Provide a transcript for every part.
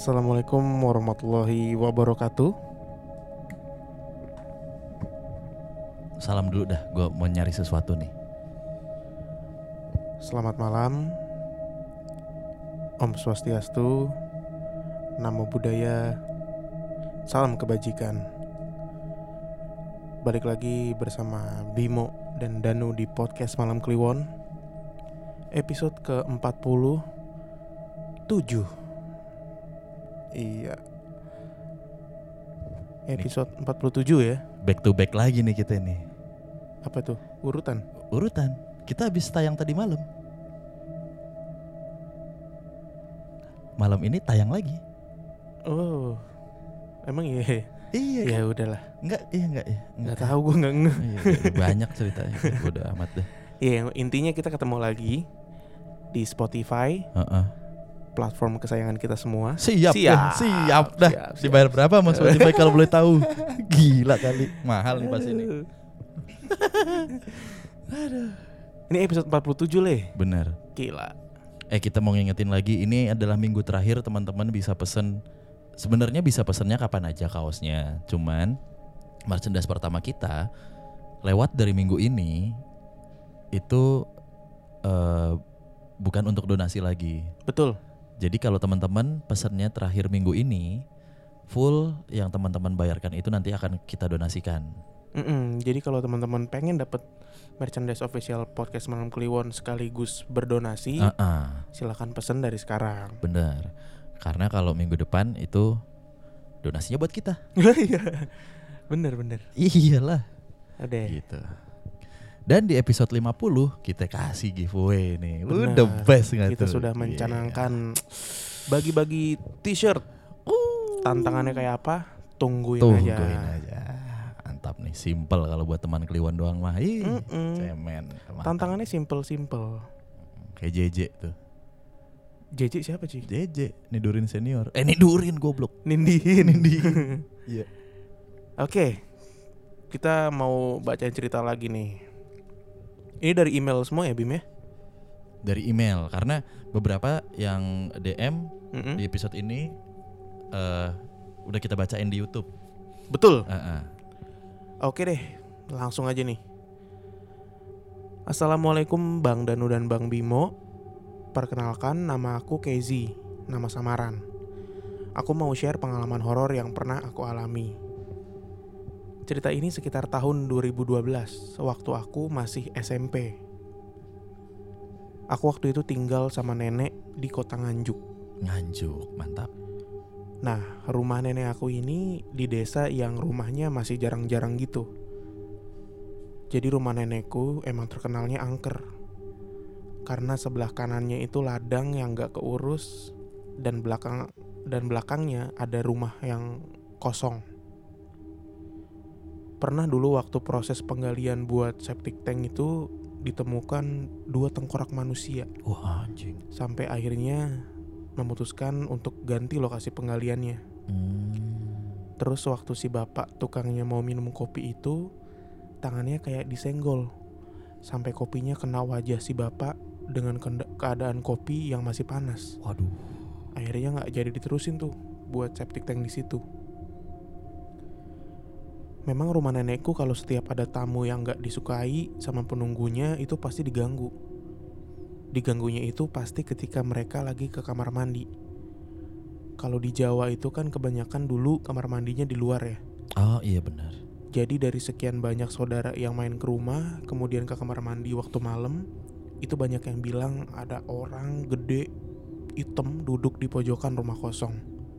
Assalamualaikum warahmatullahi wabarakatuh. Salam dulu dah, gue mau nyari sesuatu nih. Selamat malam. Om Swastiastu, Namo Buddhaya, salam kebajikan. Balik lagi bersama Bimo dan Danu di podcast Malam Kliwon, episode ke-47. Iya, episode 47 ya. Back to back lagi nih kita nih. Apa tuh? Urutan? Kita habis tayang tadi malam. Malam ini tayang lagi. Oh, emang iya? Iya. Ya udahlah. Nggak tahu, gue nggak ngeh. Iya, banyak ceritanya. Udah amat deh. Iya, intinya kita ketemu lagi di Spotify, platform kesayangan kita semua. Siap dah. Dibayar berapa Mas Spotify kalau boleh tahu? Gila kali, mahal nih pas ini. Aduh. Ini episode 47 leh. Bener. Gila. Kita mau ngingetin lagi, ini adalah minggu terakhir teman-teman bisa pesen. Sebenarnya bisa pesennya kapan aja kaosnya. Cuman merchandise pertama kita lewat dari minggu ini itu bukan untuk donasi lagi. Betul. Jadi kalau teman-teman pesennya terakhir minggu ini, full yang teman-teman bayarkan itu nanti akan kita donasikan. Jadi kalau teman-teman pengen dapat merchandise official podcast Malam Kliwon sekaligus berdonasi, silakan pesen dari sekarang. Bener. Karena kalau minggu depan itu donasinya buat kita. Iya. Bener. Iyalah. Ada. Gitu. Dan di episode 50 kita kasih giveaway nih. Bener. Udah best gak kita tuh? Sudah mencanangkan bagi-bagi t-shirt. Tantangannya kayak apa? Tungguin aja. Mantap nih, simple kalau buat teman Kliwon doang mah. Cemen. Tantangannya simple. Kayak JJ tuh. JJ siapa sih? JJ, Nidurin senior. Nidurin goblok. Nindihin. Iya. Oke. Kita mau bacain cerita lagi nih. Ini dari email semua ya, Bim ya? Dari email, karena beberapa yang DM di episode ini udah kita bacain di YouTube. Betul. Oke deh, langsung aja nih. Assalamualaikum Bang Danu dan Bang Bimo. Perkenalkan, nama aku Kezi, nama samaran. Aku mau share pengalaman horor yang pernah aku alami. Cerita ini sekitar tahun 2012, waktu aku masih SMP. Aku waktu itu tinggal sama nenek di kota Nganjuk, mantap. Nah, rumah nenek aku ini di desa yang rumahnya masih jarang-jarang gitu. Jadi rumah nenekku emang terkenalnya angker. Karena sebelah kanannya itu ladang yang gak keurus dan belakangnya ada rumah yang kosong. Pernah dulu waktu proses penggalian buat septic tank itu ditemukan 2 tengkorak manusia. Wah, anjing. Sampai akhirnya memutuskan untuk ganti lokasi penggaliannya. Terus waktu si bapak tukangnya mau minum kopi itu, tangannya kayak disenggol sampai kopinya kena wajah si bapak dengan keadaan kopi yang masih panas. Waduh. Akhirnya nggak jadi diterusin tuh buat septic tank di situ. Memang rumah nenekku kalau setiap ada tamu yang nggak disukai sama penunggunya itu pasti diganggu. Diganggunya itu pasti ketika mereka lagi ke kamar mandi. Kalau di Jawa itu kan kebanyakan dulu kamar mandinya di luar ya. Oh iya benar. Jadi dari sekian banyak saudara yang main ke rumah, kemudian ke kamar mandi waktu malam, itu banyak yang bilang ada orang gede, hitam duduk di pojokan rumah kosong.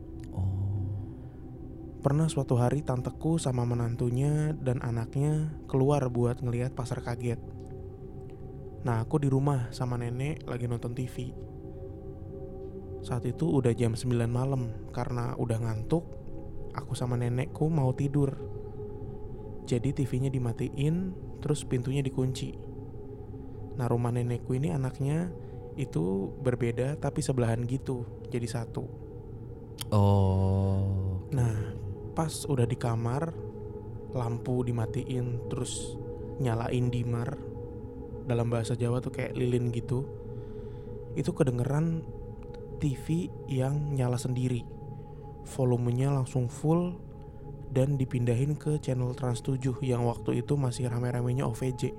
Pernah suatu hari tanteku sama menantunya dan anaknya keluar buat ngelihat pasar kaget. Nah, aku di rumah sama nenek lagi nonton TV. Saat itu udah jam 9 malam. Karena udah ngantuk, aku sama nenekku mau tidur. Jadi TV-nya dimatiin, terus pintunya dikunci. Nah, rumah nenekku ini anaknya itu berbeda tapi sebelahan gitu, jadi satu. Nah, pas udah di kamar, lampu dimatiin, terus nyalain dimmer. Dalam bahasa Jawa tuh kayak lilin gitu. Itu kedengeran TV yang nyala sendiri. volumenya langsung full dan dipindahin ke channel Trans 7 yang waktu itu masih rame-ramenya OVJ.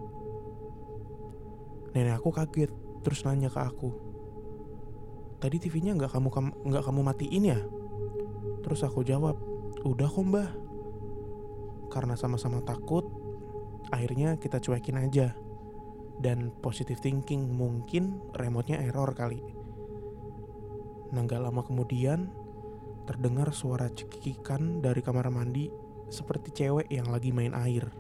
Nenek aku kaget, terus nanya ke aku, "Tadi TV-nya nggak kamu matiin ya?" Terus aku jawab, "Udah kok mbah." Karena sama-sama takut, akhirnya kita cuekin aja. Dan positive thinking, mungkin remote-nya error kali. Nah, gak lama kemudian terdengar suara cekikikan dari kamar mandi seperti cewek yang lagi main air.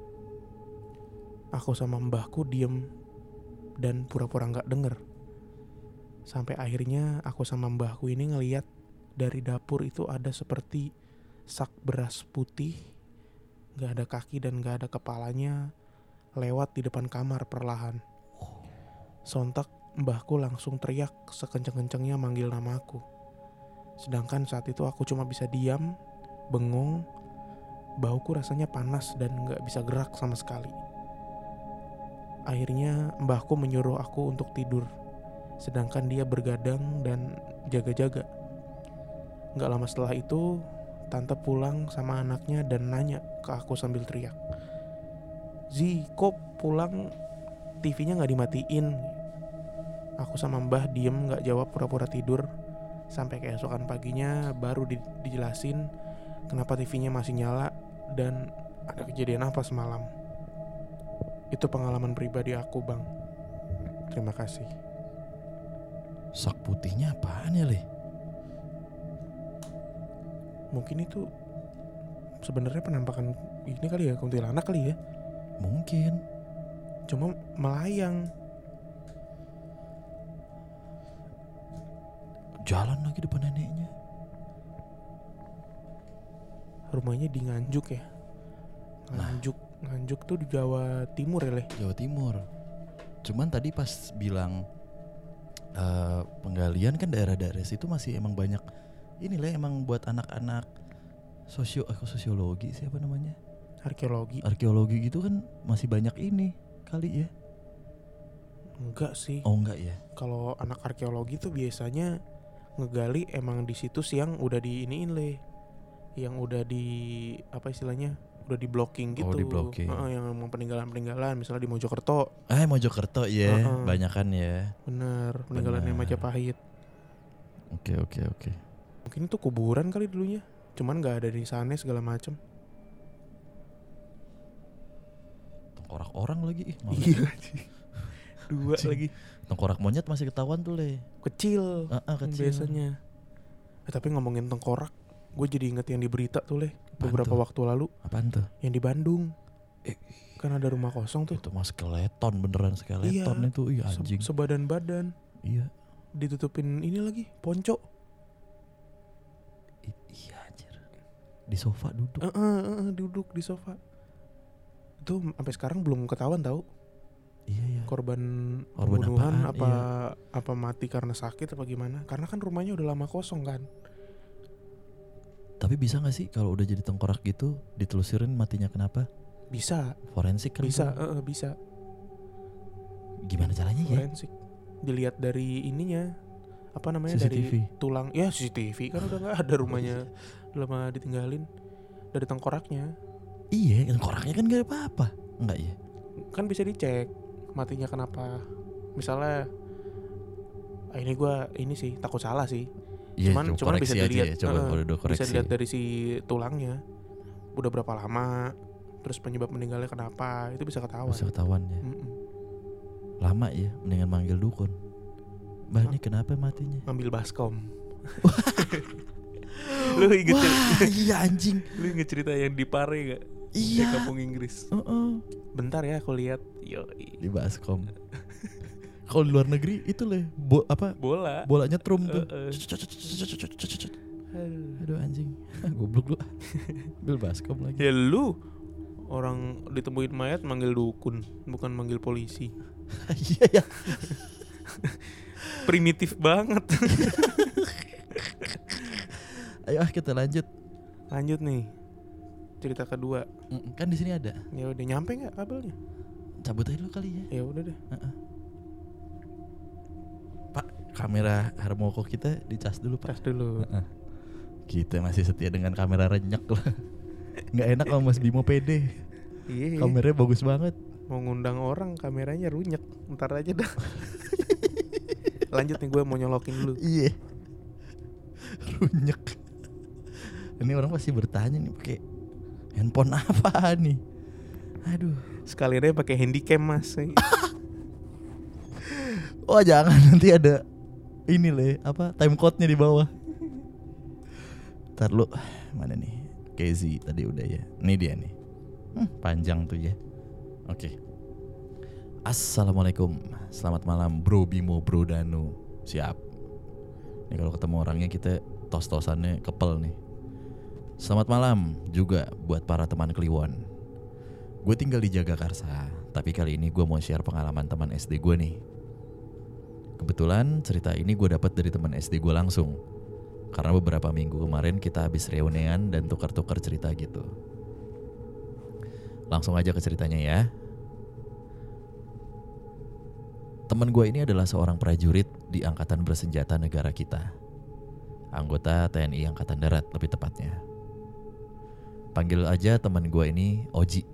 Aku sama mbahku diem dan pura-pura gak denger. Sampai akhirnya aku sama mbahku ini ngeliat dari dapur itu ada seperti sak beras putih, gak ada kaki dan gak ada kepalanya, lewat di depan kamar perlahan. Sontak mbahku langsung teriak sekenceng-kencengnya manggil nama aku. Sedangkan saat itu aku cuma bisa diam, bengong, bauku rasanya panas dan gak bisa gerak sama sekali. Akhirnya mbahku menyuruh aku untuk tidur, sedangkan dia bergadang dan jaga-jaga. Gak lama setelah itu, tante pulang sama anaknya dan nanya ke aku sambil teriak, "Zi, kok pulang TV-nya gak dimatiin?" Aku sama mbah diem gak jawab, pura-pura tidur. Sampai keesokan paginya baru dijelasin kenapa TV-nya masih nyala dan ada kejadian apa semalam. Itu pengalaman pribadi aku, Bang. Terima kasih. Sak putihnya apaan ya, Le? Mungkin itu sebenarnya penampakan ini kali ya, kuntilanak kali ya. Mungkin. Cuma melayang. Jalan lagi depan neneknya. Rumahnya di Nganjuk ya. Nganjuk tuh di Jawa Timur ya, Le. Jawa Timur. Cuman tadi pas bilang penggalian kan daerah-daerah situ masih emang banyak ini, Le, emang buat anak-anak sosiologi, siapa namanya? Arkeologi gitu kan masih banyak ini kali ya. Enggak sih. Oh enggak ya. Kalau anak arkeologi tuh biasanya ngegali emang di situs yang udah diiniin, Le. Yang udah di apa istilahnya? Udah di blocking gitu. Oh, di blocking. Yang emang peninggalan-peninggalan misalnya di Mojokerto. Mojokerto ya, banyakan ya. Bener, peninggalannya Majapahit. Oke. Mungkin itu kuburan kali dulunya. Cuman enggak ada nisannya segala macam. Tengkorak orang lagi. Iya. Dua lagi. Tengkorak monyet masih ketahuan tuh, Le. Kecil. Kecil. Biasanya. Tapi ngomongin tengkorak, gue jadi inget yang di berita tuh, Le. Beberapa waktu lalu. Apaan tuh? Yang di Bandung. Kan ada rumah kosong tuh. Itu mah skeleton, beneran skeleton. Iya, itu. Iya, anjing. Sebadan-badan. Iya. Ditutupin ini lagi, ponco. Iya, anjir. Di sofa duduk. Duduk di sofa. Itu sampai sekarang belum ketahuan tahu. Iya. Korban pembunuhan apaan, apa mati karena sakit apa gimana? Karena kan rumahnya udah lama kosong kan. Tapi bisa gak sih kalau udah jadi tengkorak gitu ditelusurin matinya kenapa? Bisa. Forensik kan? Bisa. Gimana caranya? Forensik. Dilihat dari ininya. Apa namanya? CCTV. Dari tulang. Ya CCTV kan udah gak ada rumahnya. Lama ditinggalin. Dari tengkoraknya. Iya, tengkoraknya kan gak apa-apa. Enggak ya? Kan bisa dicek matinya kenapa. Misalnya ini sih takut salah sih. Cuman bisa dilihat bisa dilihat dari si tulangnya udah berapa lama, terus penyebab meninggalnya kenapa, itu bisa ketahuan ya. Lama ya, mendingan manggil dukun. Mbah, ini kenapa matinya? Ngambil baskom. Lu inget iya anjing. Lu inget cerita yang di Pare gak? Iya. Di kampung Inggris. Bentar ya aku lihat. Di baskom. Kalau di luar negeri itu, Le, bola. Bolanya trum tuh. Aduh anjing. Goblok lu. Ambil baskom lagi. Ya lu orang ditemuin mayat manggil dukun, bukan manggil polisi. Iya ya. Primitif banget. Ayo kita lanjut nih. Cerita kedua. Kan di sini ada. Ya udah, nyampe nggak kabelnya? Cabut aja dulu kali ya. Ya udah deh. Pak, kamera Harmoko kita dicas dulu, Pak. Cas dulu. Kita masih setia dengan kamera renyek lah. Nggak enak kalau Mas Bimo pede. Iya. Kameranya bagus banget. Mau ngundang orang kameranya runyek. Ntar aja dah. Lanjut nih, gue mau nyolokin dulu. Iya. Runyek. Ini orang pasti bertanya nih pakai handphone apa nih. Aduh. Sekalian aja pakai handycam Mas. Oh jangan, nanti ada ini time code-nya di bawah. Ntar lu mana nih? Kezi tadi udah ya. Ini dia nih. Panjang tuh ya. Oke. Assalamualaikum. Selamat malam Bro Bimo, Bro Danu. Siap. Nih kalau ketemu orangnya kita tos-tosannya kepel nih. Selamat malam juga buat para teman Kliwon. Gue tinggal di Jagakarsa, tapi kali ini gue mau share pengalaman teman SD gue nih. Kebetulan cerita ini gue dapat dari teman SD gue langsung. Karena beberapa minggu kemarin kita habis reunian dan tukar-tukar cerita gitu. Langsung aja ke ceritanya ya. Teman gue ini adalah seorang prajurit di Angkatan Bersenjata negara kita. Anggota TNI Angkatan Darat lebih tepatnya. Panggil aja teman gue ini Oji.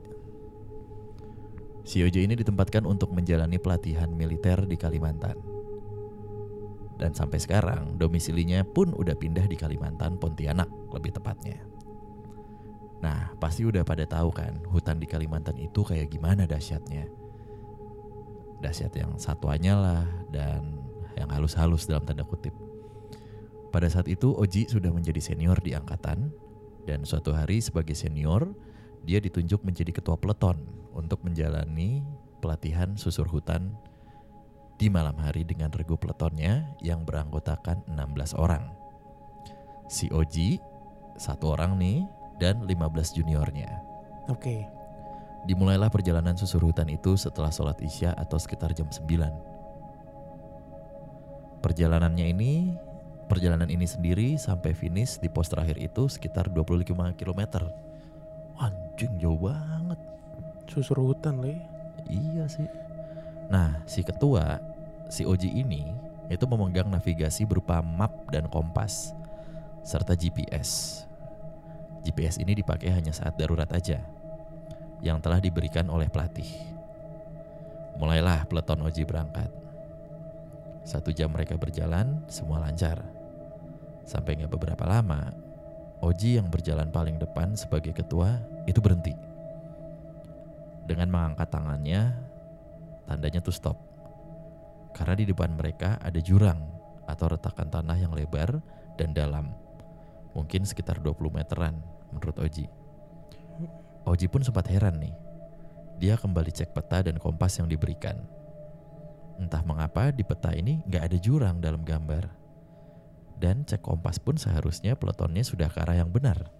Si Oji ini ditempatkan untuk menjalani pelatihan militer di Kalimantan. Dan sampai sekarang domisilinya pun udah pindah di Kalimantan, Pontianak lebih tepatnya. Nah pasti udah pada tahu kan hutan di Kalimantan itu kayak gimana dahsyatnya. Dahsyat yang satuannya lah dan yang halus-halus dalam tanda kutip. Pada saat itu Oji sudah menjadi senior di angkatan. Dan suatu hari sebagai senior dia ditunjuk menjadi ketua peleton untuk menjalani pelatihan susur hutan di malam hari dengan regu peletonnya yang beranggotakan 16 orang. Si Oji, 1 orang nih, dan 15 juniornya. Oke. Dimulailah perjalanan susur hutan itu setelah sholat isya atau sekitar jam 9. Perjalanan ini sendiri sampai finish di pos terakhir itu sekitar 25 km. Anjing jauh banget. Susur hutan lah. Iya sih. Nah, si ketua, si Oji ini itu memegang navigasi berupa map dan kompas serta GPS. GPS ini dipakai hanya saat darurat aja yang telah diberikan oleh pelatih. Mulailah peleton Oji berangkat. 1 jam mereka berjalan, semua lancar. Sampai gak beberapa lama, Oji yang berjalan paling depan sebagai ketua itu berhenti. Dengan mengangkat tangannya, tandanya tuh stop. Karena di depan mereka ada jurang atau retakan tanah yang lebar dan dalam. Mungkin sekitar 20 meteran menurut Oji. Oji pun sempat heran nih. Dia kembali cek peta dan kompas yang diberikan. Entah mengapa di peta ini gak ada jurang dalam gambar. Dan cek kompas pun seharusnya peletonnya sudah ke arah yang benar.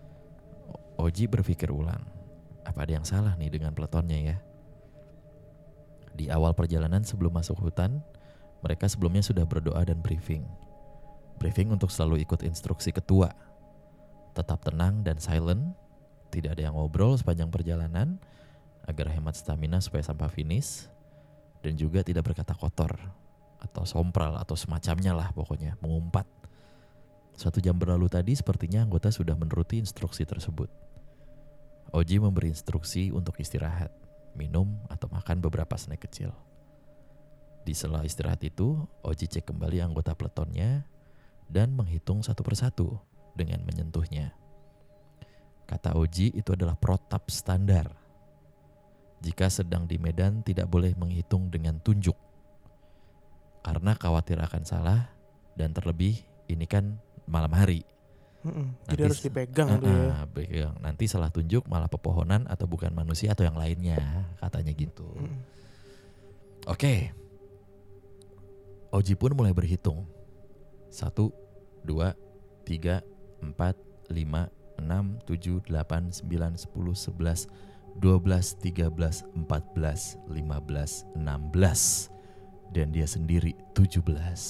Oji berpikir ulang. Apa ada yang salah nih dengan peletonnya ya? Di awal perjalanan sebelum masuk hutan, mereka sebelumnya sudah berdoa dan briefing. Briefing untuk selalu ikut instruksi ketua. Tetap tenang dan silent, tidak ada yang ngobrol sepanjang perjalanan, agar hemat stamina supaya sampai finish, dan juga tidak berkata kotor, atau sompral, atau semacamnya lah pokoknya, mengumpat. 1 jam berlalu tadi sepertinya anggota sudah menuruti instruksi tersebut. Oji memberi instruksi untuk istirahat, minum atau makan beberapa snack kecil. Di sela istirahat itu, Oji cek kembali anggota peletonnya dan menghitung satu persatu dengan menyentuhnya. Kata Oji itu adalah protap standar. Jika sedang di medan tidak boleh menghitung dengan tunjuk. Karena khawatir akan salah dan terlebih ini kan malam hari. Jadi harus dipegang dia. Pegang. Nanti salah tunjuk malah pepohonan atau bukan manusia atau yang lainnya, katanya gitu. Oke. Oji pun mulai berhitung. 1, 2, 3, 4, 5, 6, 7, 8, 9, 10, 11, 12, 13, 14, 15, 16. Dan dia sendiri 17.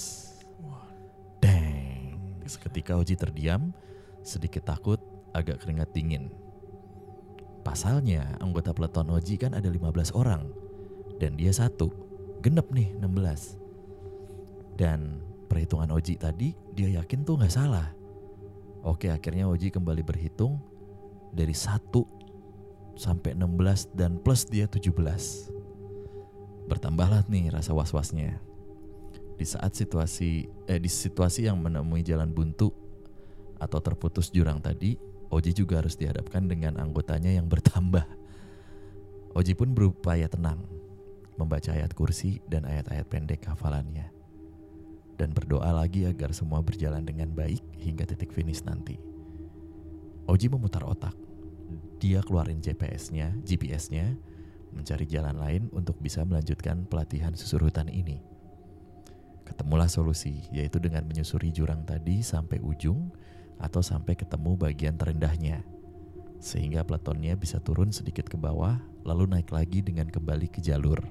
Dang. Seketika Oji terdiam, sedikit takut, agak keringat dingin. Pasalnya anggota peleton Oji kan ada 15 orang. Dan dia 1, genep nih 16. Dan perhitungan Oji tadi dia yakin tuh gak salah. Oke, akhirnya Oji kembali berhitung dari 1 sampai 16 dan plus dia 17. Bertambahlah nih rasa was-wasnya. Di situasi yang menemui jalan buntu atau terputus jurang tadi, Oji juga harus dihadapkan dengan anggotanya yang bertambah. Oji pun berupaya tenang, membaca ayat kursi dan ayat-ayat pendek hafalannya, dan berdoa lagi agar semua berjalan dengan baik hingga titik finish nanti. Oji memutar otak. Dia keluarin GPS-nya, mencari jalan lain untuk bisa melanjutkan pelatihan susurutan ini. Ketemulah solusi, yaitu dengan menyusuri jurang tadi sampai ujung atau sampai ketemu bagian terendahnya, sehingga platonnya bisa turun sedikit ke bawah lalu naik lagi dengan kembali ke jalur.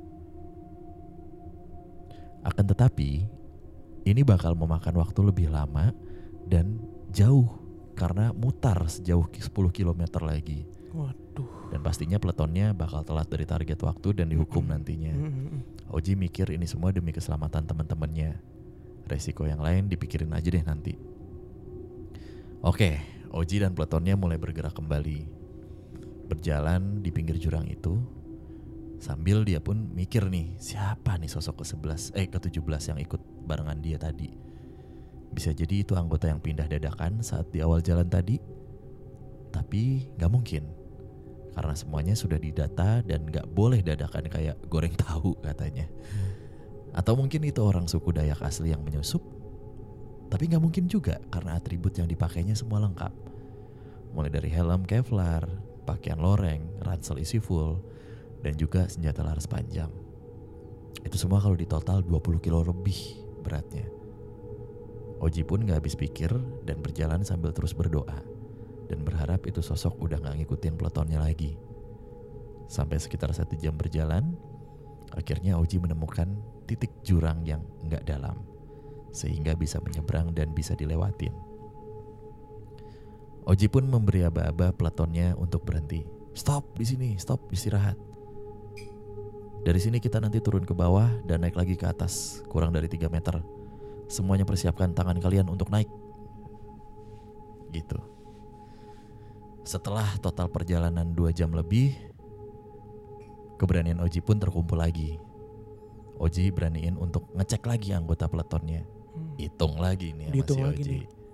Akan tetapi, ini bakal memakan waktu lebih lama dan jauh karena mutar sejauh 10 km lagi. Waduh. Dan pastinya peletonnya bakal telat dari target waktu dan dihukum nantinya. Oji mikir ini semua demi keselamatan teman-temannya. Resiko yang lain dipikirin aja deh nanti. Oke, Oji dan peletonnya mulai bergerak kembali. Berjalan di pinggir jurang itu, sambil dia pun mikir nih, siapa nih sosok ke-17 yang ikut barengan dia tadi. Bisa jadi itu anggota yang pindah dadakan saat di awal jalan tadi. Tapi gak mungkin, karena semuanya sudah didata dan gak boleh dadakan kayak goreng tahu katanya. Atau mungkin itu orang suku Dayak asli yang menyusup. Tapi gak mungkin juga karena atribut yang dipakainya semua lengkap. Mulai dari helm Kevlar, pakaian loreng, ransel isi full, dan juga senjata laras panjang. Itu semua kalau ditotal 20 kilo lebih beratnya. Oji pun gak habis pikir dan berjalan sambil terus berdoa, dan berharap itu sosok udah gak ngikutin peletonnya lagi. Sampai sekitar 1 jam berjalan, akhirnya Oji menemukan titik jurang yang gak dalam, sehingga bisa menyeberang dan bisa dilewatin. Oji pun memberi aba-aba peletonnya untuk berhenti. Stop di sini, stop, istirahat. Dari sini kita nanti turun ke bawah dan naik lagi ke atas, kurang dari 3 meter. Semuanya persiapkan tangan kalian untuk naik. Gitu. Setelah total perjalanan 2 jam lebih, keberanian Oji pun terkumpul lagi. Oji beraniin untuk ngecek lagi anggota peletonnya. Hitung lagi nih sama si Oji.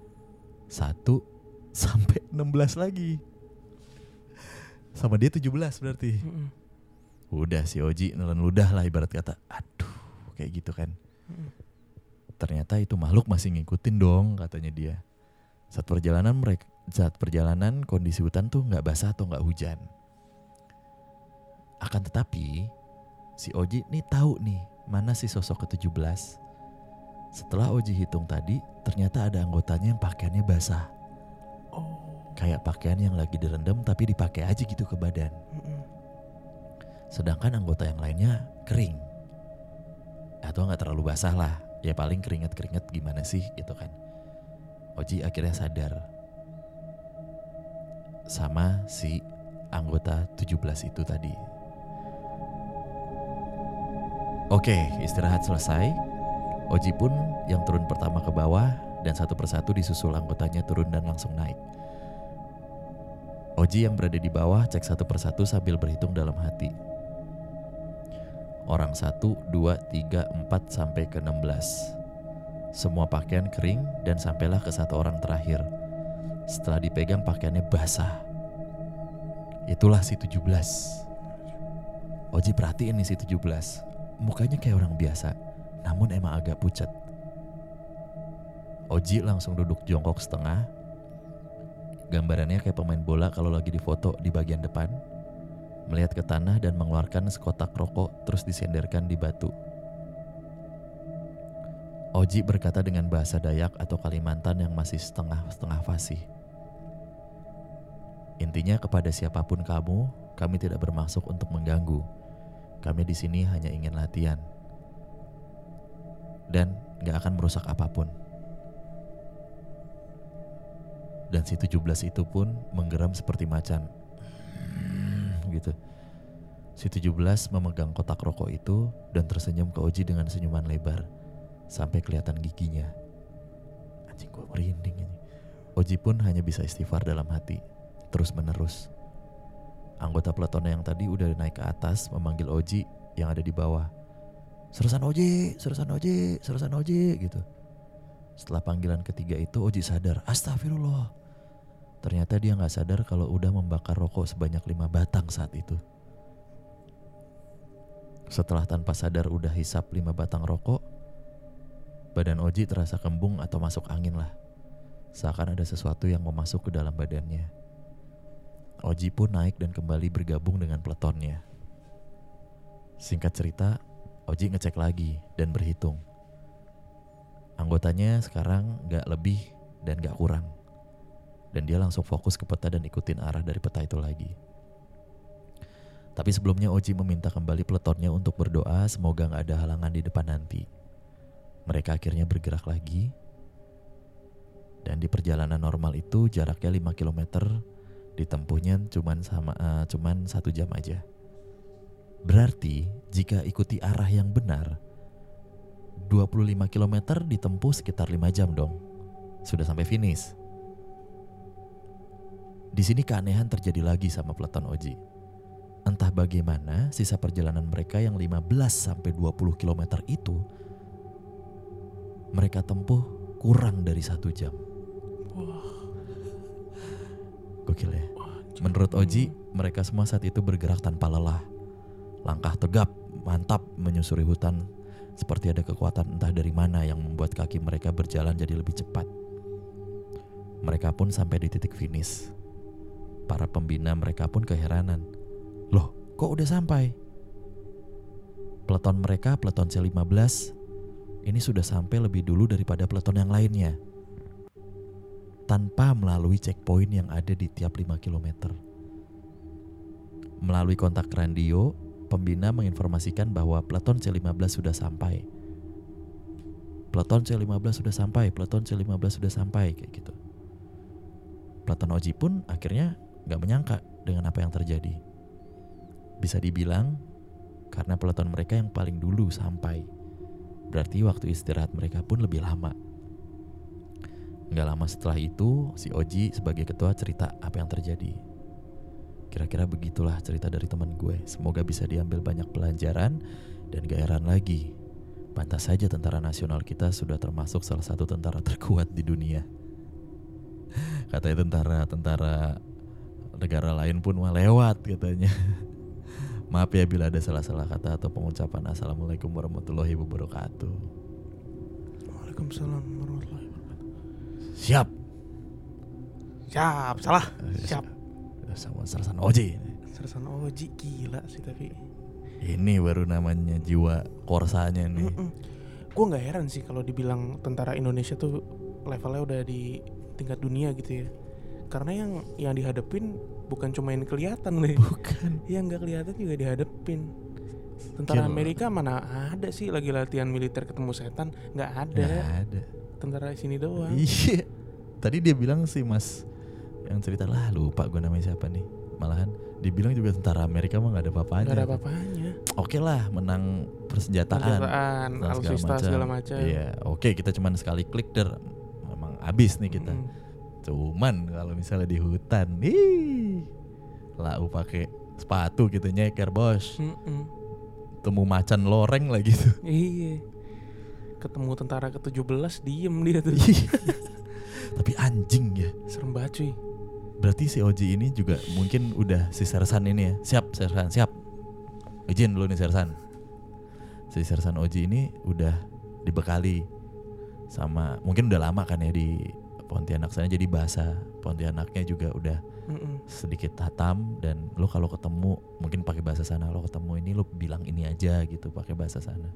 1 sampai 16 lagi. Sama dia 17 berarti. Udah si Oji nelen ludah lah ibarat kata. Aduh, kayak gitu kan. Ternyata itu makhluk masih ngikutin dong katanya dia. Saat perjalanan kondisi hutan tuh gak basah atau gak hujan. Akan tetapi si Oji nih tahu nih mana si sosok ke-17. Setelah Oji hitung tadi, ternyata ada anggotanya yang pakaiannya basah. Kayak pakaian yang lagi direndam tapi dipakai aja gitu ke badan. Sedangkan anggota yang lainnya kering. Atau gak terlalu basah lah. Ya paling keringet-keringet gimana sih gitu kan. Oji akhirnya sadar sama si anggota 17 itu tadi. Oke, istirahat selesai. Oji pun yang turun pertama ke bawah dan satu persatu disusul anggotanya turun dan langsung naik. Oji yang berada di bawah cek satu persatu sambil berhitung dalam hati. Orang 1, 2, 3, 4 sampai ke 16. Semua pakaian kering dan sampailah ke satu orang terakhir. Setelah dipegang pakaiannya basah. Itulah si 17. Oji perhatiin nih si 17. Mukanya kayak orang biasa, namun emang agak pucat. Oji langsung duduk jongkok setengah. Gambarannya kayak pemain bola kalau lagi difoto di bagian depan. Melihat ke tanah dan mengeluarkan sekotak rokok terus disenderkan di batu. Oji berkata dengan bahasa Dayak atau Kalimantan yang masih setengah-setengah fasih. Intinya kepada siapapun kamu, kami tidak bermaksud untuk mengganggu. Kami di sini hanya ingin latihan. Dan gak akan merusak apapun. Dan si 17 itu pun menggeram seperti macan. Gitu. Si 17 memegang kotak rokok itu dan tersenyum ke Oji dengan senyuman lebar sampai kelihatan giginya. Anjing, gue merinding ini. Oji pun hanya bisa istighfar dalam hati, terus menerus. Anggota peletonnya yang tadi udah naik ke atas memanggil Oji yang ada di bawah. Sersan Oji, Sersan Oji, Sersan Oji gitu. Setelah panggilan ketiga itu Oji sadar, astagfirullah. Ternyata dia gak sadar kalau udah membakar rokok sebanyak 5 batang saat itu. Setelah tanpa sadar udah hisap 5 batang rokok, badan Oji terasa kembung atau masuk angin lah. Seakan ada sesuatu yang mau masuk ke dalam badannya. Oji pun naik dan kembali bergabung dengan peletonnya. Singkat cerita, Oji ngecek lagi dan berhitung. Anggotanya sekarang gak lebih dan gak kurang. Dan dia langsung fokus ke peta dan ikutin arah dari peta itu lagi. Tapi sebelumnya Oji meminta kembali peletonnya untuk berdoa semoga gak ada halangan di depan nanti. Mereka akhirnya bergerak lagi. Dan di perjalanan normal itu jaraknya 5 km, ditempuhnya cuman 1 jam aja. Berarti jika ikuti arah yang benar, 25 km ditempuh sekitar 5 jam dong. Sudah sampai finish. Di sini keanehan terjadi lagi sama peleton Oji. Entah bagaimana sisa perjalanan mereka yang 15-20 km itu mereka tempuh kurang dari 1 jam. Gokil ya. Menurut Oji, mereka semua saat itu bergerak tanpa lelah. Langkah tegap, mantap menyusuri hutan. Seperti ada kekuatan entah dari mana yang membuat kaki mereka berjalan jadi lebih cepat. Mereka pun sampai di titik finish. Para pembina mereka pun keheranan. Loh, kok udah sampai? Peleton mereka, peleton C-15, ini sudah sampai lebih dulu daripada peleton yang lainnya. Tanpa melalui checkpoint yang ada di tiap 5 km. Melalui kontak radio, pembina menginformasikan bahwa peleton C-15 sudah sampai. Peleton C-15 sudah sampai, peleton C-15 sudah sampai, kayak gitu. Peleton Oji pun akhirnya gak menyangka dengan apa yang terjadi. Bisa dibilang karena peleton mereka yang paling dulu sampai. Berarti waktu istirahat mereka pun lebih lama. Gak lama setelah itu, si Oji sebagai ketua cerita apa yang terjadi. Kira-kira begitulah cerita dari teman gue. Semoga bisa diambil banyak pelajaran dan gak heran lagi. Pantas saja tentara nasional kita sudah termasuk salah satu tentara terkuat di dunia. Katanya tentara negara lain pun mah lewat katanya. Maaf ya bila ada salah-salah kata atau pengucapan. Assalamualaikum warahmatullahi wabarakatuh. Waalaikumsalam warahmatullahi wabarakatuh. Siap. Salah. Siap. Sama Sersan Oji. Sersan Oji gila sih tapi. Ini baru namanya jiwa korsanya nih. Gue nggak heran sih kalau dibilang tentara Indonesia tuh levelnya udah di tingkat dunia gitu ya. Karena yang dihadepin bukan cuma yang kelihatan nih. Bukan. Yang nggak kelihatan juga dihadepin. Tentara Gila. Amerika mana ada sih lagi latihan militer ketemu setan? Nggak ada. Nggak ada. Tentara sini doang. Iya. Tadi dia bilang sih mas yang cerita lah, lupa gue namanya siapa nih. Malahan dibilang juga tentara Amerika mah gak ada apa-apanya. Gak ada apa-apanya. Oke lah, menang persenjataan, alutsista segala macam. Iya, oke kita cuman sekali klik memang habis nih kita. Cuman kalau misalnya di hutan, lau pakai sepatu gitu nyeker bos. Temu macan loreng lah gitu. Iya. Ketemu tentara ke-17 diem dia tuh. Tapi anjing ya. Serem banget cuy. Berarti si Oji ini juga mungkin udah si Sersan ini ya. Siap Sersan, siap. Izin dulu nih Sersan. Si Sersan Oji ini udah dibekali sama, mungkin udah lama kan ya di Pontianak sana, jadi bahasa Pontianaknya juga udah sedikit hatam. Dan lo kalau ketemu mungkin pakai bahasa sana, lo ketemu ini lo bilang ini aja gitu pakai bahasa sana.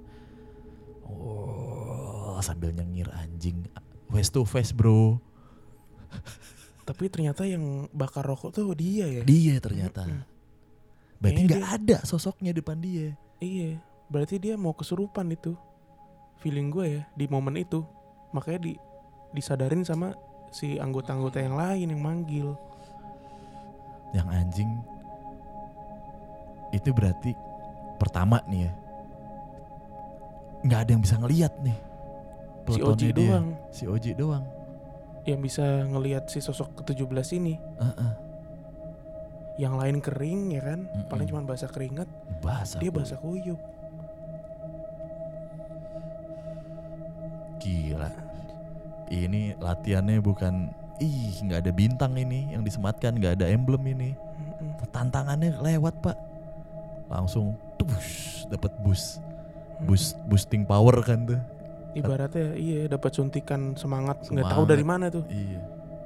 Oh, sambil nyengir anjing. Face to face bro. Tapi ternyata yang bakar rokok tuh dia ya. Dia ternyata. Berarti Kayaknya gak ada sosoknya depan dia. Iya. Berarti dia mau kesurupan itu. Feeling gue ya di momen itu. Makanya disadarin sama si anggota-anggota yang lain yang manggil. Yang anjing itu berarti pertama nih ya, gak ada yang bisa ngelihat nih. Si Oji dia. doang. Si Oji doang. yang bisa ngelihat si sosok ke-17 ini. Yang lain kering ya kan, paling cuma basah keringat, dia basah kuyup. Gila. Ini latihannya bukan nggak ada bintang ini yang disematkan, nggak ada emblem ini. Tantangannya lewat pak, langsung dapat boosting power kan tuh. Ibaratnya iya dapat suntikan semangat. Nggak tahu dari mana tuh. Iya.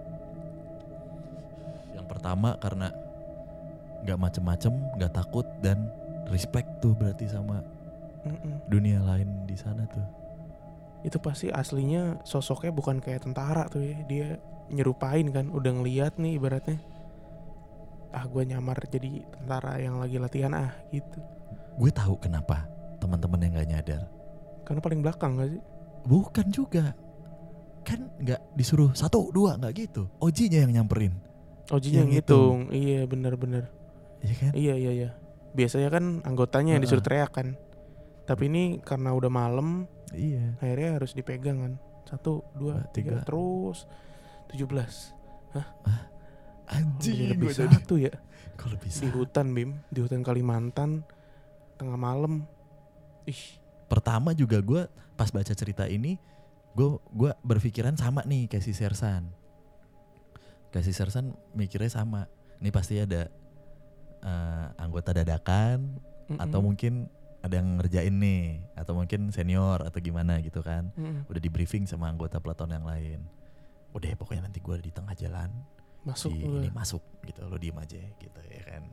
Yang pertama karena nggak macem-macem, nggak takut dan respect tuh berarti sama dunia lain di sana tuh. Itu pasti aslinya sosoknya bukan kayak tentara tuh ya. Dia nyerupain kan, udah ngeliat nih ibaratnya. Gue nyamar jadi tentara yang lagi latihan gitu. Gue tahu kenapa teman-teman yang nggak nyadar. Karena paling belakang gak sih? Bukan juga. Kan nggak disuruh 1, 2 nggak gitu. Ojinya yang nyamperin. Ojinya yang ngitung. Iya benar-benar. Iya kan? Iya. Biasanya kan anggotanya yang disuruh teriak kan. Tapi ini karena udah malam, iya. Akhirnya harus dipegang kan. 1, 2, 3 terus 17. Hah? Anjing, lebih 1 ya. Kok lebih di hutan Bim, di hutan Kalimantan, tengah malam. Pertama juga gue pas baca cerita ini, gue berpikiran sama nih kayak si Sersan. Kayak si Sersan mikirnya sama. Ini pasti ada anggota dadakan atau mungkin ada yang ngerjain nih, atau mungkin senior atau gimana gitu kan. Udah di briefing sama anggota peleton yang lain. Udah pokoknya nanti gue di tengah jalan ini masuk gitu, lo diem aja gitu ya kan.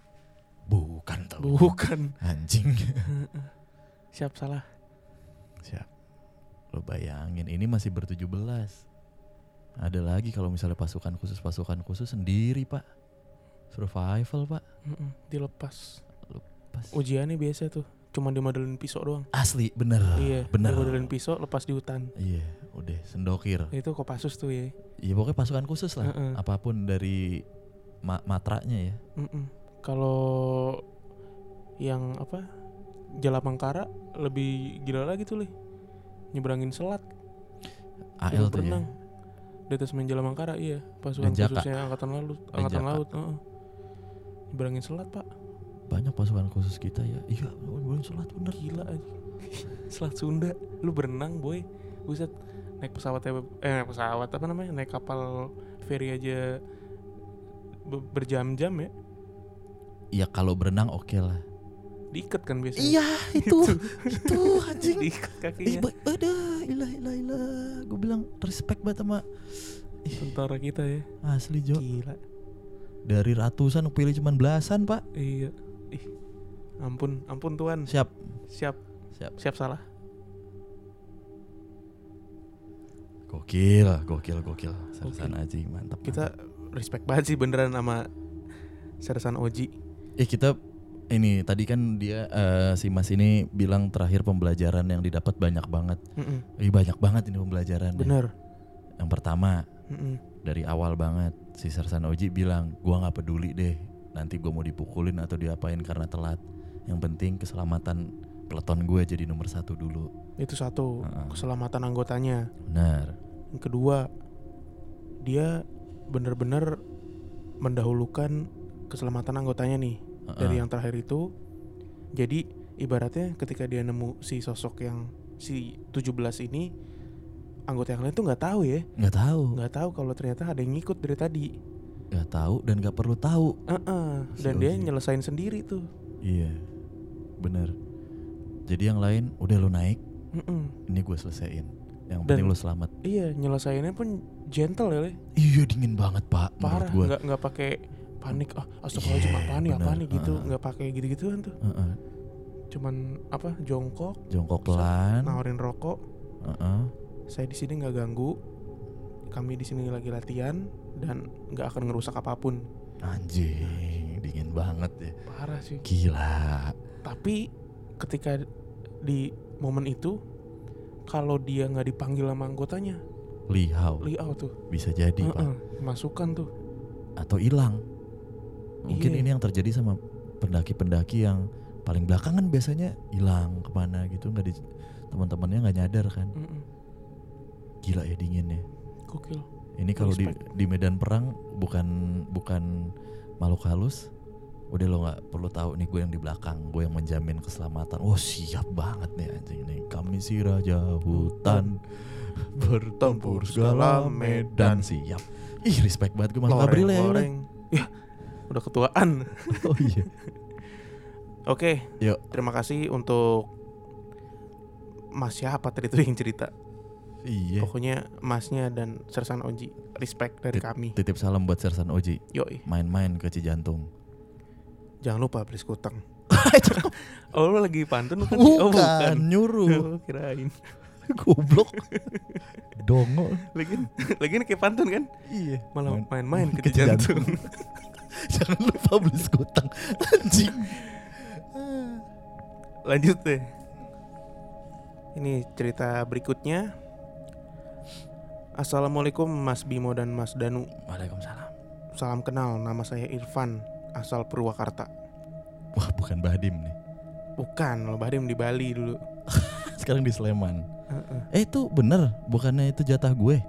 Bukan anjing. Siap salah. Siap. Lo bayangin ini masih ber-17. Ada lagi kalau misalnya pasukan khusus sendiri pak. Survival pak. Dilepas. Ujiannya biasa tuh, cuma dimodelin pisau doang. Asli bener. Iya. Bener. Dimodelin pisau lepas di hutan. Iya. Udah sendokir. Itu Kopassus tuh ya. Iya pokoknya pasukan khusus lah. Apapun dari matranya ya. Kalau yang Jalapangkara lebih gila lagi tuh nyebrangin selat. AL tuh ya. Di atas main Jalapangkara iya. Pasukan khususnya angkatan laut. Nyebrangin selat pak. Banyak pasukan khusus kita ya. Iya beneran selat bener. Gila aja. Selat Sunda. Lu berenang boy. Buset. Naik pesawat naik kapal feri aja berjam-jam ya. Iya kalau berenang oke lah. Diikat kan biasanya. Iya itu anjing. Diikat kakinya. Ilah. Gue bilang respect banget sama tentara kita ya. Asli Jo. Gila. Dari ratusan pilih cuma belasan pak. Iya. Ampun tuan. Siap salah. Gokil. Sersan Aji mantap. Kita respect banget sih beneran sama Sersan Oji. Kita ini tadi kan dia si Mas ini bilang terakhir pembelajaran yang didapat banyak banget. Banyak banget ini pembelajaran. Bener. Yang pertama dari awal banget si Sersan Oji bilang gua nggak peduli deh nanti gua mau dipukulin atau diapain karena telat. Yang penting keselamatan peleton gue jadi nomor 1 dulu. Itu 1 keselamatan anggotanya. Benar. Yang kedua dia bener-bener mendahulukan keselamatan anggotanya nih. Dari yang terakhir itu. Jadi ibaratnya ketika dia nemu si sosok yang si 17 ini, anggota yang lain tuh nggak tahu ya. Nggak tahu kalau ternyata ada yang ngikut dari tadi. Nggak tahu dan nggak perlu tahu. Dan dia nyelesain sendiri tuh. Iya, bener. Jadi yang lain udah lo naik, ini gue selesaiin. Yang penting lo selamat. Iya, nyelesainnya pun gentle ya. Iya dingin banget pak. Parah, nggak pakai panik. Astagfirullahaladzim apa nih gitu, nggak pakai gitu-gituan tuh. Cuman jongkok pelan, nawarin rokok. Saya di sini nggak ganggu. Kami di sini lagi latihan dan nggak akan ngerusak apapun. Anjing, dingin banget ya. Parah sih. Gila. Tapi ketika di momen itu, kalau dia nggak dipanggil sama anggotanya, lihau tuh. Bisa jadi pak. Masukan tuh. Atau hilang. Mungkin ini yang terjadi sama pendaki-pendaki yang paling belakangan biasanya hilang kemana gitu, nggak teman-temannya nggak nyadar kan. Gila ya dinginnya. Gokil. Ini kalau di medan perang bukan makhluk halus. Udah lo nggak perlu tahu nih, gue yang di belakang, gue yang menjamin keselamatan. Siap banget nih anjing nih. Kami si raja hutan bertempur segala medan. Siap. Ih, respect banget gue masuk April ya. Ya, udah ketuaan. Oh iya. Oke. Yuk. Terima kasih untuk Mas siapa tadi itu yang cerita. Iya. Pokoknya Masnya dan Sersan Oji, respect dari kami. Titip salam buat Sersan Oji. Yoi. Main-main ke Cijantung. Jangan lupa beli skuteng. Oh, lu lagi pantun kan? Bukan, nyuruh. Kirain. Goblok. Dongo. Lagi kayak pantun kan? Iya. Malah main-main ke Cijantung. Jangan lupa beli skuteng. Anjing. Lanjut deh. Ini cerita berikutnya. Assalamualaikum Mas Bimo dan Mas Danu. Waalaikumsalam. Salam kenal, nama saya Irfan, asal Purwakarta. Wah, bukan Badim nih. Bukan, lo Badim di Bali dulu. Sekarang di Sleman. Itu bener, bukannya itu jatah gue?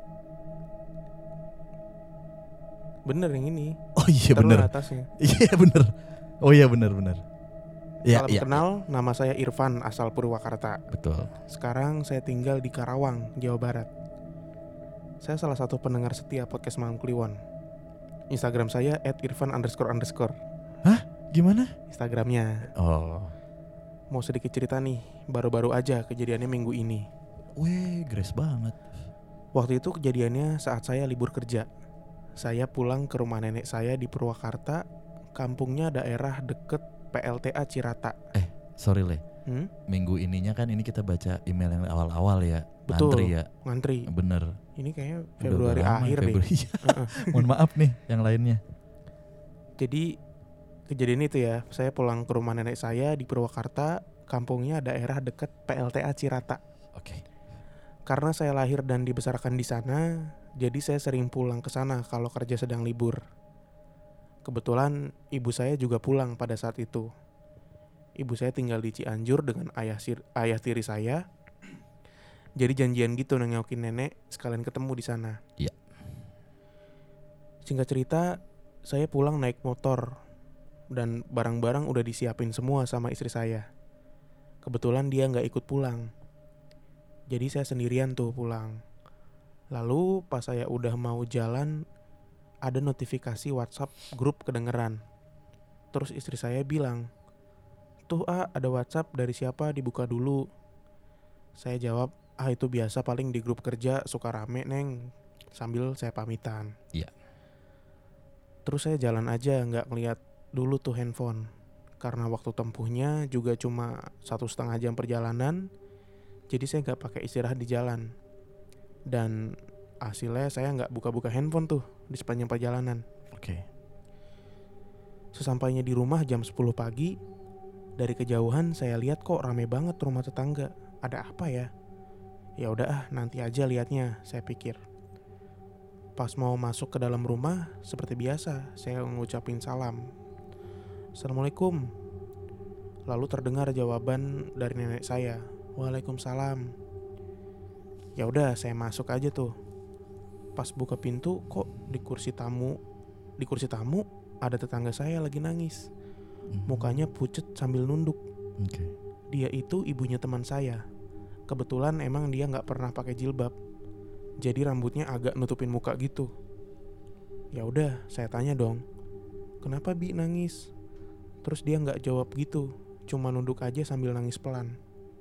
Bener yang ini. Oh iya bener. Atasnya. Iya bener. Oh iya bener. Ya, salam kenal, nama saya Irfan, asal Purwakarta. Betul. Sekarang saya tinggal di Karawang, Jawa Barat. Saya salah satu pendengar setia podcast Malam Kliwon. Instagram saya @irfan__. Hah? Gimana? Instagramnya. Oh. Mau sedikit cerita nih, baru-baru aja kejadiannya minggu ini. Wih, grace banget. Waktu itu kejadiannya saat saya libur kerja. Saya pulang ke rumah nenek saya di Purwakarta, kampungnya daerah deket PLTA Cirata. Sorry Le. Minggu ininya kan ini kita baca email yang awal-awal ya. Betul. Ngantri. Bener. Ini kayaknya Februari akhir deh. Mohon maaf nih yang lainnya. Jadi kejadian itu ya, saya pulang ke rumah nenek saya di Purwakarta, kampungnya daerah deket PLTA Cirata. Oke. Karena saya lahir dan dibesarkan di sana, jadi saya sering pulang ke sana kalau kerja sedang libur. Kebetulan ibu saya juga pulang pada saat itu. Ibu saya tinggal di Cianjur dengan ayah tiri saya. Jadi janjian gitu nengokin nenek sekalian ketemu di sana. Iya. Singkat cerita, saya pulang naik motor dan barang-barang udah disiapin semua sama istri saya. Kebetulan dia nggak ikut pulang. Jadi saya sendirian tuh pulang. Lalu pas saya udah mau jalan, ada notifikasi WhatsApp grup kedengeran. Terus istri saya bilang, "Tuh ada WhatsApp dari siapa, dibuka dulu." Saya jawab, itu biasa paling di grup kerja suka rame neng. Sambil saya pamitan. Iya. Terus saya jalan aja gak ngeliat dulu tuh handphone. Karena waktu tempuhnya juga cuma 1,5 jam perjalanan. Jadi saya gak pakai istirahat di jalan. Dan hasilnya saya gak buka-buka handphone tuh di sepanjang perjalanan. Oke. Sesampainya di rumah jam 10 pagi, dari kejauhan saya lihat kok rame banget rumah tetangga. Ada apa ya? Ya udah nanti aja liatnya, saya pikir. Pas mau masuk ke dalam rumah, seperti biasa saya ngucapin salam. Assalamualaikum. Lalu terdengar jawaban dari nenek saya, Waalaikumsalam. Ya udah saya masuk aja tuh. Pas buka pintu kok di kursi tamu ada tetangga saya lagi nangis. Mukanya pucet sambil nunduk. Dia itu ibunya teman saya. Kebetulan emang dia gak pernah pakai jilbab, jadi rambutnya agak nutupin muka gitu. Ya udah saya tanya dong, kenapa Bi nangis? Terus dia gak jawab gitu, cuma nunduk aja sambil nangis pelan.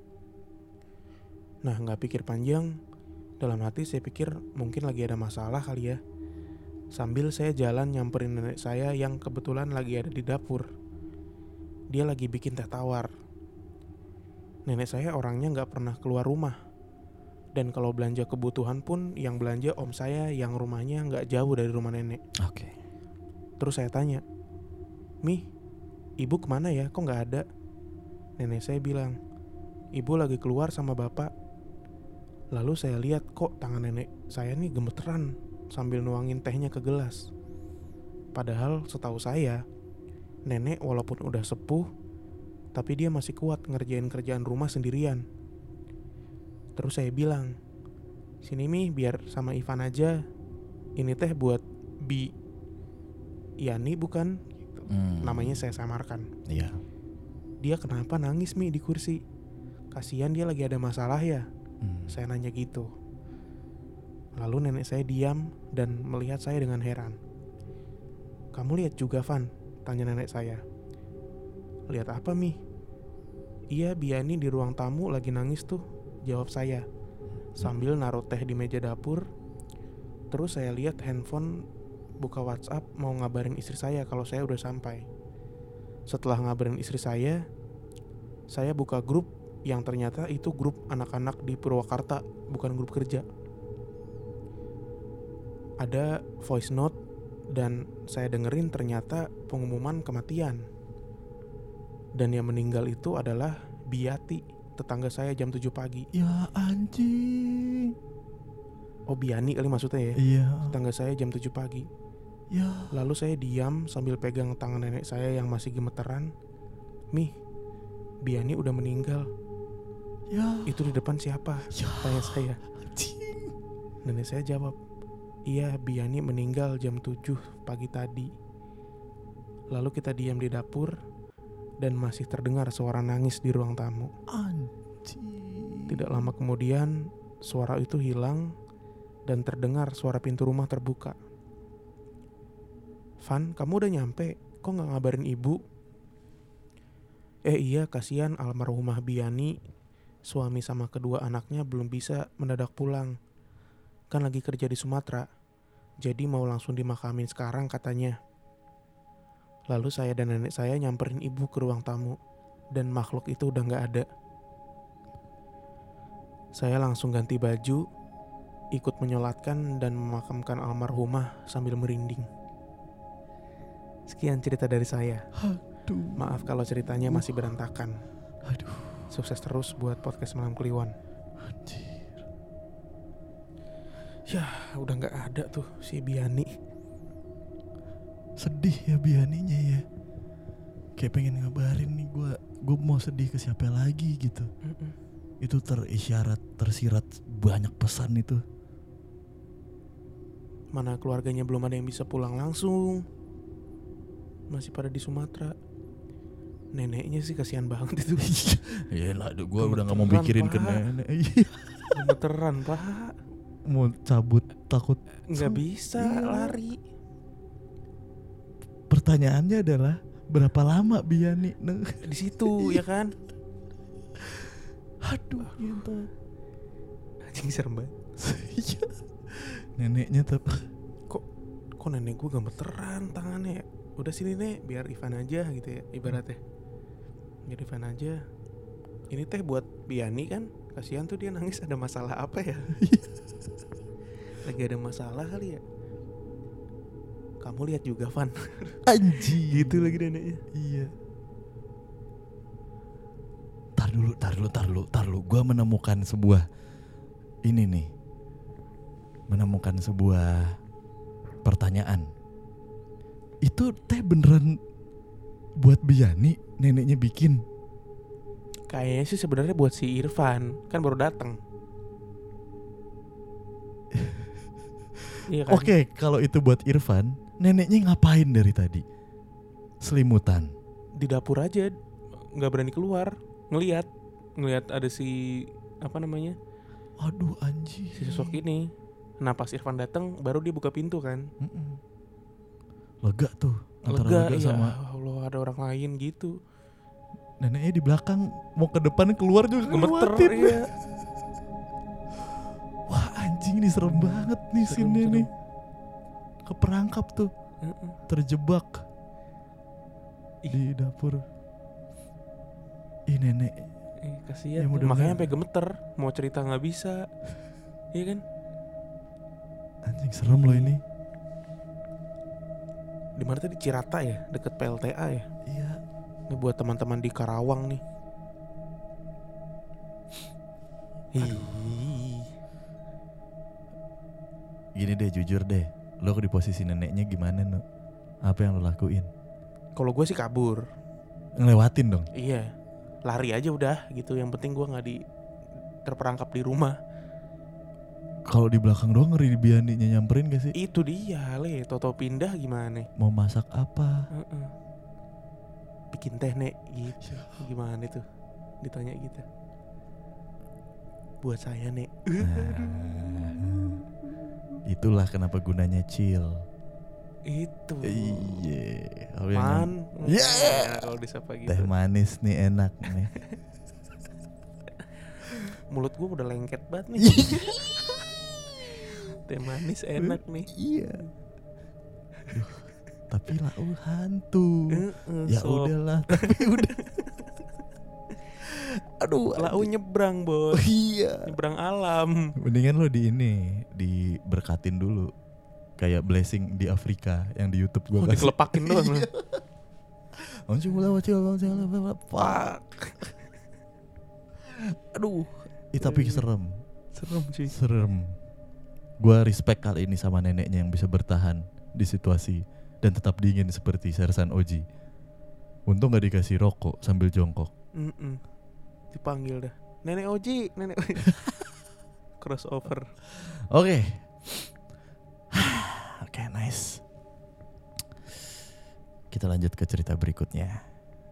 Nah gak pikir panjang, dalam hati saya pikir mungkin lagi ada masalah kali ya. Sambil saya jalan nyamperin nenek saya yang kebetulan lagi ada di dapur. Dia lagi bikin teh tawar. Nenek saya orangnya gak pernah keluar rumah. Dan kalau belanja kebutuhan pun yang belanja om saya yang rumahnya gak jauh dari rumah nenek. Oke. Terus saya tanya, "Mi, ibu kemana ya? Kok gak ada?" Nenek saya bilang, "Ibu lagi keluar sama bapak." Lalu saya lihat kok tangan nenek saya nih gemeteran sambil nuangin tehnya ke gelas. Padahal setahu saya, nenek walaupun udah sepuh, tapi dia masih kuat ngerjain kerjaan rumah sendirian. Terus saya bilang, "Sini Mi, biar sama Ivan aja. ini teh buat Bi Yani bukan? Namanya saya samarkan. Iya. Dia kenapa nangis Mi di kursi? Kasihan dia lagi ada masalah ya. Saya nanya gitu. Lalu nenek saya diam dan melihat saya dengan heran. Kamu lihat juga Van? Tanya nenek saya. Lihat apa Mi? Iya, Biani di ruang tamu lagi nangis tuh, jawab saya sambil naruh teh di meja dapur. Terus saya lihat handphone, buka WhatsApp mau ngabarin istri saya kalau saya udah sampai. Setelah ngabarin istri saya buka grup yang ternyata itu grup anak-anak di Purwakarta, bukan grup kerja. Ada voice note dan saya dengerin ternyata pengumuman kematian. Dan yang meninggal itu adalah Biati, tetangga saya jam 7 pagi. Ya anjing. Oh Biani kali maksudnya ya. Iya. Tetangga saya jam 7 pagi. Ya. Lalu saya diam sambil pegang tangan nenek saya yang masih gemeteran. Mi, Biani udah meninggal. Ya. Itu di depan siapa? Ya. Tanya saya. Anjing. Nenek saya jawab, iya Biani meninggal jam 7 pagi tadi. Lalu kita diam di dapur dan masih terdengar suara nangis di ruang tamu. Anjing. Tidak lama kemudian suara itu hilang dan terdengar suara pintu rumah terbuka. Van, kamu udah nyampe? Kok gak ngabarin ibu? Iya, kasihan almarhumah Biani, suami sama kedua anaknya belum bisa mendadak pulang. Kan lagi kerja di Sumatera, jadi mau langsung dimakamin sekarang katanya. Lalu saya dan nenek saya nyamperin ibu ke ruang tamu, dan makhluk itu udah gak ada. Saya langsung ganti baju, ikut menyolatkan dan memakamkan almarhumah sambil merinding. Sekian cerita dari saya. Aduh. Maaf kalau ceritanya masih berantakan. Aduh. Sukses terus buat podcast Malam Kliwon. Anjir. Ya udah gak ada tuh si Biani. Sedih ya Bianinya ya. Kayak pengen ngabarin nih gue mau sedih ke siapa lagi gitu. Itu tersirat banyak pesan itu. Mana keluarganya belum ada yang bisa pulang langsung, masih pada di Sumatera. Neneknya sih kasihan banget itu. Iya lah, gue udah nggak mau mikirin ke nenek. Gemeteran Pak. Mau cabut takut nggak bisa lari. Pertanyaannya adalah berapa lama Biani di situ ya kan? Aduh, gitu. Anjing serem banget. Neneknya kok nenek gue gemeteran tangannya. Udah sini nek, biar Ivan aja gitu ya ibaratnya. Biar Ivan aja. Ini teh buat Biani kan. Kasihan tuh dia nangis, ada masalah apa ya? Lagi ada masalah kali ya. Kamu lihat juga Van. Anjing. Gitu lagi neneknya. Iya. Tar dulu. Gue menemukan sebuah ini nih. Menemukan sebuah pertanyaan. Itu teh beneran buat Biani neneknya bikin? Kayaknya sih sebenarnya buat si Irfan, kan baru datang. Iya kan? Oke, kalau itu buat Irfan, neneknya ngapain dari tadi? Selimutan. Di dapur aja, nggak berani keluar, ngelihat ada si apa namanya? Aduh anjing. Si sosok ini. Nah pas Irfan datang, baru dia buka pintu kan. Lega tuh. Antara lega iya, sama Allah ada orang lain gitu. neneknya di belakang mau ke depan keluar juga gemeter. Iya. Wah anjing ini serem banget nih scene nih. Keperangkap tuh. Terjebak di dapur. Ih nenek. Kasihan. Ya, makanya sampai gemeter, mau cerita nggak bisa. Iya kan? Anjing serem loh ini. Di mana tadi Cirata ya, deket PLTA ya? Iya. Ini buat teman-teman di Karawang nih. Gini deh, jujur deh, lo di posisi neneknya gimana no? Apa yang lo lakuin? Kalau gue sih kabur. Ngelewatin dong? Iya, lari aja udah gitu. Yang penting gue nggak terperangkap di rumah. Kalau di belakang doang ngeri Bianinya nyamperin gak sih? Itu dia le, Toto pindah gimana? Mau masak apa? Bikin teh nek gitu. Gimana tuh? Ditanya gitu. Buat saya nek. Itulah kenapa gunanya chill. Itu. Iya. Man. Kalau disapa gitu. Teh manis nih enak nih. Mulut gue udah lengket banget nih. Teh manis enak nih. Iya. Tapi lau hantu. Ya udahlah, tapi udah. Aduh, lau nyebrang bos. Iya. Nyebrang alam. Mendingan lo diberkatin dulu. Kayak blessing di Afrika yang di YouTube gue kasih. Dikelepakin doang. Fuck. Aduh, tapi serem. Serem cuy. Serem. Gua respect kali ini sama neneknya yang bisa bertahan di situasi dan tetap dingin seperti Sersan Oji. Untung gak dikasih rokok sambil jongkok. Dipanggil dah. Nenek Oji, nenek Oji. Crossover. Oke, nice. Kita lanjut ke cerita berikutnya.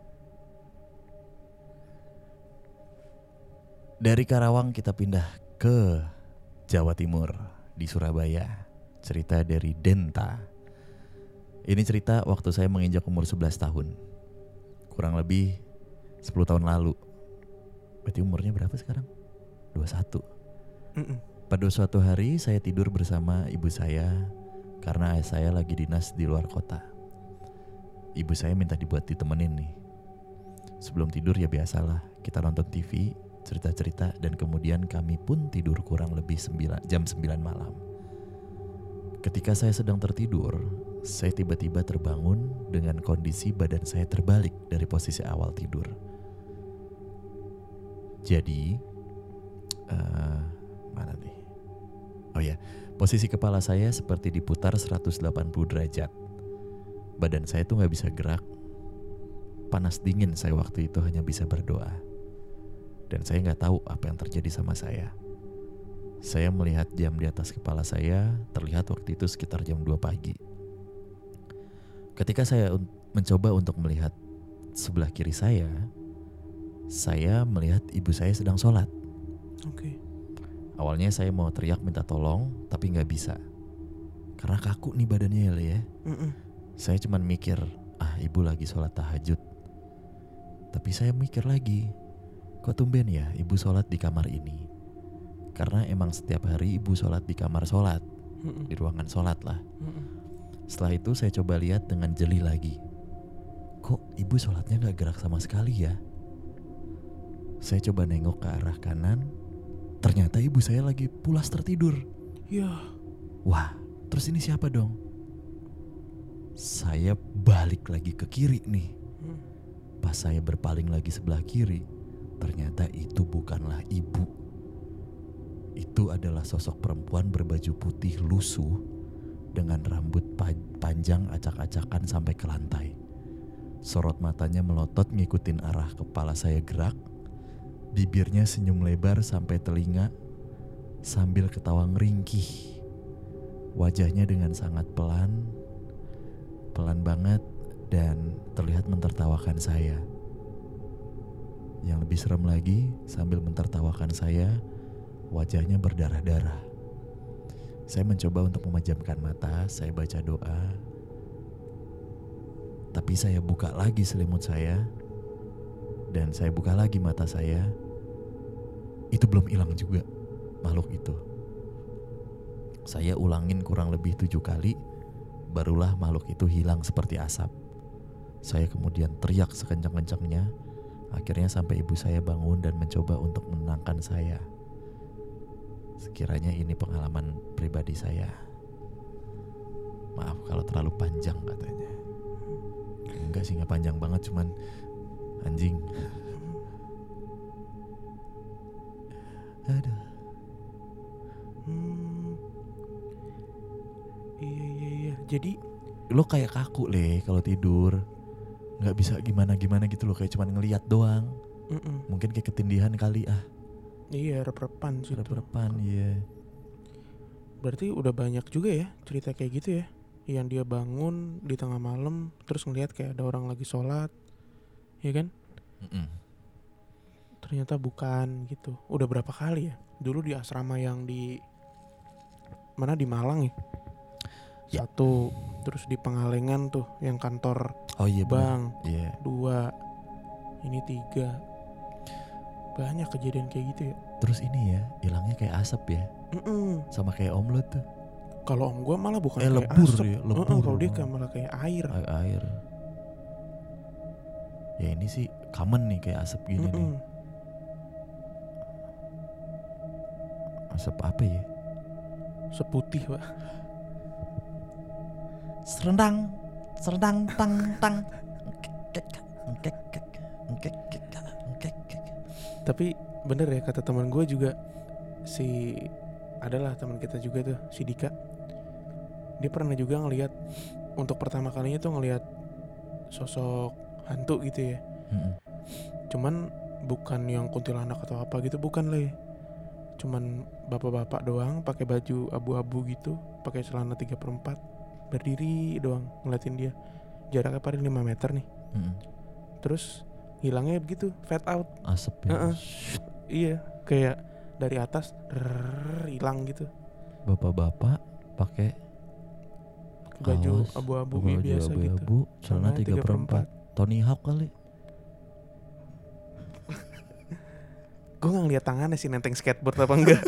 Dari Karawang kita pindah ke Jawa Timur, di Surabaya. Cerita dari Denta. Ini cerita waktu saya menginjak umur 11 tahun. Kurang lebih 10 tahun lalu. Berarti umurnya berapa sekarang? 21. Pada suatu hari saya tidur bersama ibu saya karena ayah saya lagi dinas di luar kota. Ibu saya minta dibuat ditemenin nih. Sebelum tidur ya biasalah, kita nonton TV, cerita-cerita, dan kemudian kami pun tidur kurang lebih jam 9 malam. Ketika saya sedang tertidur, saya tiba-tiba terbangun dengan kondisi badan saya terbalik dari posisi awal tidur. Jadi, mana nih? Oh ya, posisi kepala saya seperti diputar 180 derajat. Badan saya tuh gak bisa gerak. Panas dingin saya waktu itu hanya bisa berdoa. Dan saya gak tahu apa yang terjadi sama saya. Saya melihat jam di atas kepala saya, terlihat waktu itu sekitar jam 2 pagi. Ketika saya mencoba untuk melihat sebelah kiri saya melihat ibu saya sedang sholat. Oke. Awalnya saya mau teriak minta tolong, tapi gak bisa. Karena kaku nih badannya ya. Saya cuman mikir, ibu lagi sholat tahajud. Tapi saya mikir lagi, kok tumben ya ibu sholat di kamar ini. Karena emang setiap hari ibu sholat di kamar sholat, di ruangan sholat lah. Setelah itu saya coba lihat dengan jeli lagi. Kok ibu sholatnya gak gerak sama sekali ya? Saya coba nengok ke arah kanan, ternyata ibu saya lagi pulas tertidur. Ya. Wah, terus ini siapa dong? Saya balik lagi ke kiri nih. Pas saya berpaling lagi sebelah kiri, ternyata itu bukanlah ibu. Itu adalah sosok perempuan berbaju putih lusuh dengan rambut panjang acak-acakan sampai ke lantai. Sorot matanya melotot ngikutin arah kepala saya gerak. Bibirnya senyum lebar sampai telinga sambil ketawa ngeringkih. Wajahnya dengan sangat pelan banget dan terlihat mentertawakan saya. Yang lebih serem lagi, sambil mentertawakan saya, wajahnya berdarah-darah. Saya mencoba untuk memejamkan mata, saya baca doa. Tapi saya buka lagi selimut saya dan saya buka lagi mata saya. Itu belum hilang juga makhluk itu. Saya ulangin kurang lebih 7 kali, barulah makhluk itu hilang seperti asap. Saya kemudian teriak sekencang-kencangnya. Akhirnya sampai ibu saya bangun dan mencoba untuk menenangkan saya. Sekiranya ini pengalaman pribadi saya. Maaf kalau terlalu panjang katanya. Enggak sih, gak panjang banget, cuman anjing. Aduh. Iya. Jadi lo kayak kaku kalau tidur, nggak bisa gimana gitu lo, kayak cuman ngelihat doang. Mungkin kayak ketindihan kali. Iya, rep-repan sih. Rep-repan, iya. Berarti udah banyak juga ya cerita kayak gitu ya, yang dia bangun di tengah malam terus ngelihat kayak ada orang lagi sholat, ya kan? Ternyata bukan gitu. Udah berapa kali ya? Dulu di asrama yang di mana, di Malang ya? Ya. 1, terus di Pengalengan tuh yang kantor Oh iya bank. Iya. 2, ini 3. Banyak kejadian kayak gitu ya. Terus ini ya, hilangnya kayak asap ya. Sama kayak Om lo tuh. Kalau om gue malah bukan kayak lebur asap. ya, lebur. Kalau dia kayak malah kayak air. Air. Ya ini sih common nih kayak asap gini nih. Asap apa ya? Seputih pak. Serendang tang. Tapi bener ya kata teman gue juga, si adalah teman kita juga tuh, si Dika. Dia pernah juga ngelihat untuk pertama kalinya tuh ngelihat sosok hantu gitu ya. Cuman bukan yang kuntilanak atau apa gitu, bukan lah. Cuman bapak-bapak doang pakai baju abu-abu gitu, pakai celana 3/4, berdiri doang ngeliatin dia. Jaraknya paling 5 meter nih. Terus hilangnya begitu, fade out. Asap ya. Iya, kayak dari atas hilang gitu. Bapak-bapak pakai Baju kaos, abu-abu baju biasa abu-abu, gitu. celana 3/4. Tony Hawk kali. Gue gak ngeliat tangannya sih nenteng skateboard apa enggak.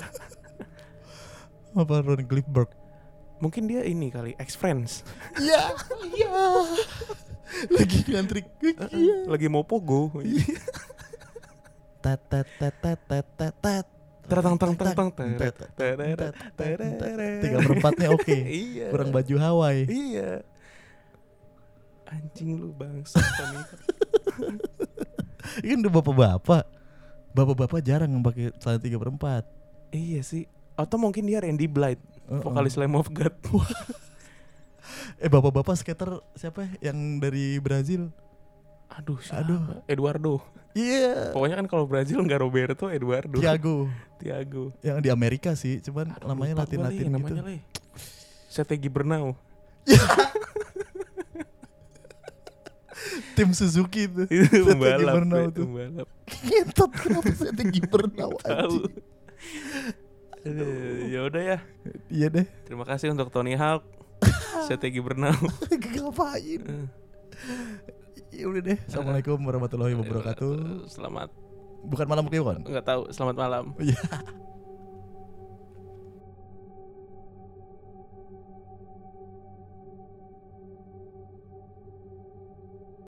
Apa Ron Clifford? Mungkin dia ini kali, ex-friends. Iya. Lagi ngantri. Lagi mau pogo. Tet. Tertang. 3/4-nya oke. Iya. Kurang baju Hawaii. Iya. Anjing lu bangsa nih. Ini udah bapak-bapak jarang pakai celana 3/4. Iya sih. Atau mungkin dia Randy Blythe, vokalis Lamb of God. Bapak-bapak skater siapa yang dari Brazil? Aduh. Eduardo. Iya. Pokoknya kan kalau Brazil nggak Roberto, Eduardo. Thiago. Yang di Amerika sih, cuman namanya Latin gitu. Namanya Strategi Bernau. Tim Suzuki itu. Pembalap. Ngentot, kenapa Strategi Bernau tahu. Ya udah ya. Iya deh. Terima kasih untuk Tony Hawk. Strategi Bernau. Ngapain? Ya udah deh. Assalamualaikum warahmatullahi wabarakatuh. Selamat. Bukan malam Kliwon. Enggak tahu. Selamat malam. Iya.